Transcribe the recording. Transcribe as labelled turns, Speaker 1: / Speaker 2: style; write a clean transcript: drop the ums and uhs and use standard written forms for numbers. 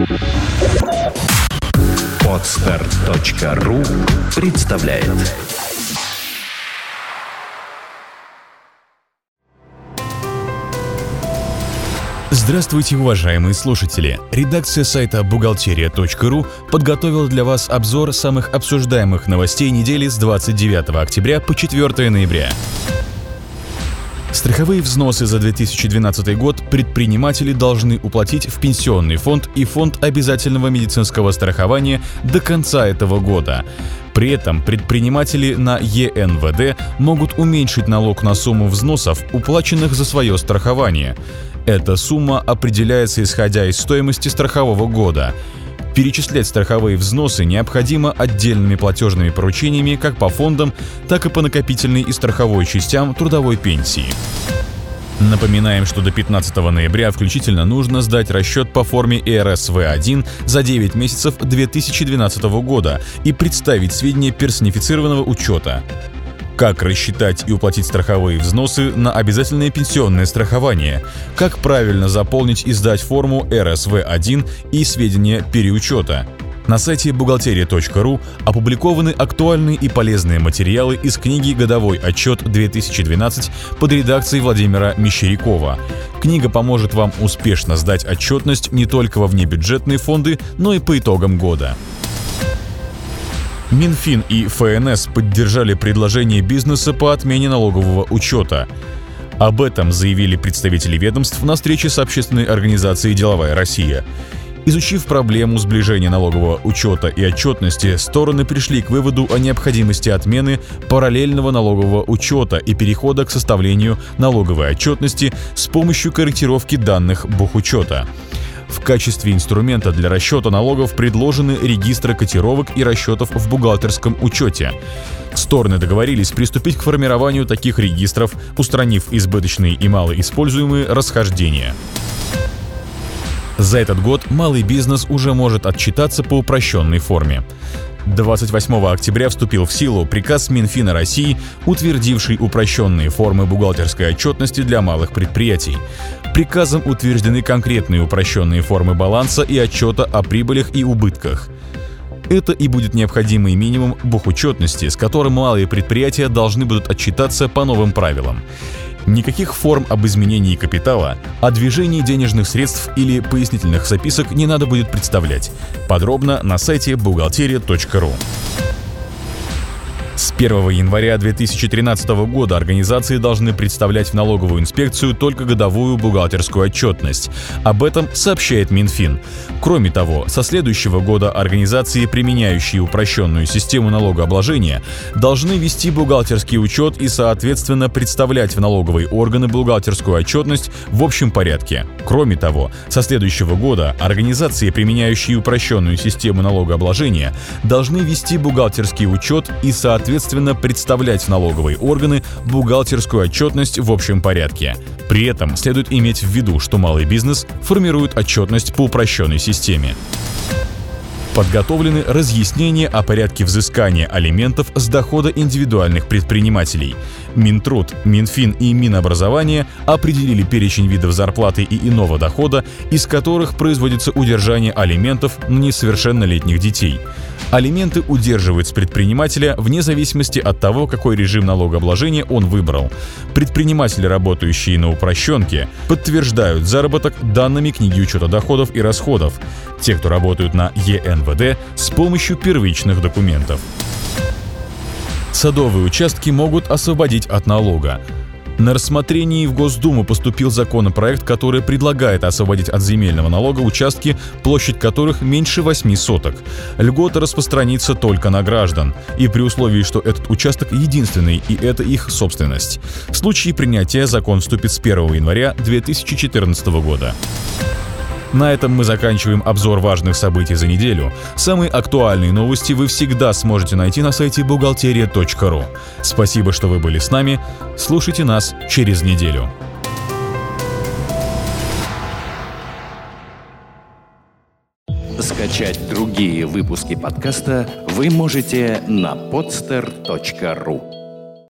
Speaker 1: Podster.ru представляет.
Speaker 2: Здравствуйте, уважаемые слушатели! Редакция сайта бухгалтерия.ру подготовила для вас обзор самых обсуждаемых новостей недели с 29 октября по 4 ноября. Страховые взносы за 2012 год предприниматели должны уплатить в Пенсионный фонд и Фонд обязательного медицинского страхования до конца этого года. При этом предприниматели на ЕНВД могут уменьшить налог на сумму взносов, уплаченных за свое страхование. Эта сумма определяется исходя из стоимости страхового года. Перечислять страховые взносы необходимо отдельными платежными поручениями как по фондам, так и по накопительной и страховой частям трудовой пенсии. Напоминаем, что до 15 ноября включительно нужно сдать расчет по форме РСВ-1 за 9 месяцев 2012 года и представить сведения персонифицированного учета. Как рассчитать и уплатить страховые взносы на обязательное пенсионное страхование, как правильно заполнить и сдать форму РСВ-1 и сведения переучета. На сайте бухгалтерия.ру опубликованы актуальные и полезные материалы из книги «Годовой отчет 2012» под редакцией Владимира Мещерякова. Книга поможет вам успешно сдать отчетность не только во внебюджетные фонды, но и по итогам года. Минфин и ФНС поддержали предложение бизнеса по отмене налогового учета. Об этом заявили представители ведомств на встрече с общественной организацией «Деловая Россия». Изучив проблему сближения налогового учета и отчетности, стороны пришли к выводу о необходимости отмены параллельного налогового учета и перехода к составлению налоговой отчетности с помощью корректировки данных бухучета. В качестве инструмента для расчета налогов предложены регистры котировок и расчетов в бухгалтерском учете. Стороны договорились приступить к формированию таких регистров, устранив избыточные и малоиспользуемые расхождения. За этот год малый бизнес уже может отчитаться по упрощенной форме. 28 октября вступил в силу приказ Минфина России, утвердивший упрощенные формы бухгалтерской отчетности для малых предприятий. Приказом утверждены конкретные упрощенные формы баланса и отчета о прибылях и убытках. Это и будет необходимый минимум бухучетности, с которым малые предприятия должны будут отчитаться по новым правилам. Никаких форм об изменении капитала, о движении денежных средств или пояснительных записок не надо будет представлять. Подробно на сайте бухгалтерия.ру. С 1 января 2013 года организации должны представлять в налоговую инспекцию только годовую бухгалтерскую отчетность. Об этом сообщает Минфин. Кроме того, со следующего года организации, применяющие упрощенную систему налогообложения, должны вести бухгалтерский учет и, соответственно, представлять в налоговые органы бухгалтерскую отчетность в общем порядке. Кроме того, со следующего года организации, применяющие упрощенную систему налогообложения, должны вести бухгалтерский учет и, соответственно, представлять в налоговые органы бухгалтерскую отчетность в общем порядке. При этом следует иметь в виду, что малый бизнес формирует отчетность по упрощенной системе. Подготовлены разъяснения о порядке взыскания алиментов с дохода индивидуальных предпринимателей. Минтруд, Минфин и Минобразование определили перечень видов зарплаты и иного дохода, из которых производится удержание алиментов на несовершеннолетних детей. Алименты удерживают с предпринимателя вне зависимости от того, какой режим налогообложения он выбрал. Предприниматели, работающие на упрощенке, подтверждают заработок данными книги учета доходов и расходов. Те, кто работают на ЕНВД, с помощью первичных документов. Садовые участки могут освободить от налога. На рассмотрении в Госдуму поступил законопроект, который предлагает освободить от земельного налога участки, площадь которых меньше 8 соток. Льгота распространится только на граждан, и при условии, что этот участок единственный и это их собственность. В случае принятия закон вступит с 1 января 2014 года. На этом мы заканчиваем обзор важных событий за неделю. Самые актуальные новости вы всегда сможете найти на сайте бухгалтерия.ру. Спасибо, что вы были с нами. Слушайте нас через неделю.
Speaker 1: Скачать другие выпуски подкаста вы можете на podster.ru.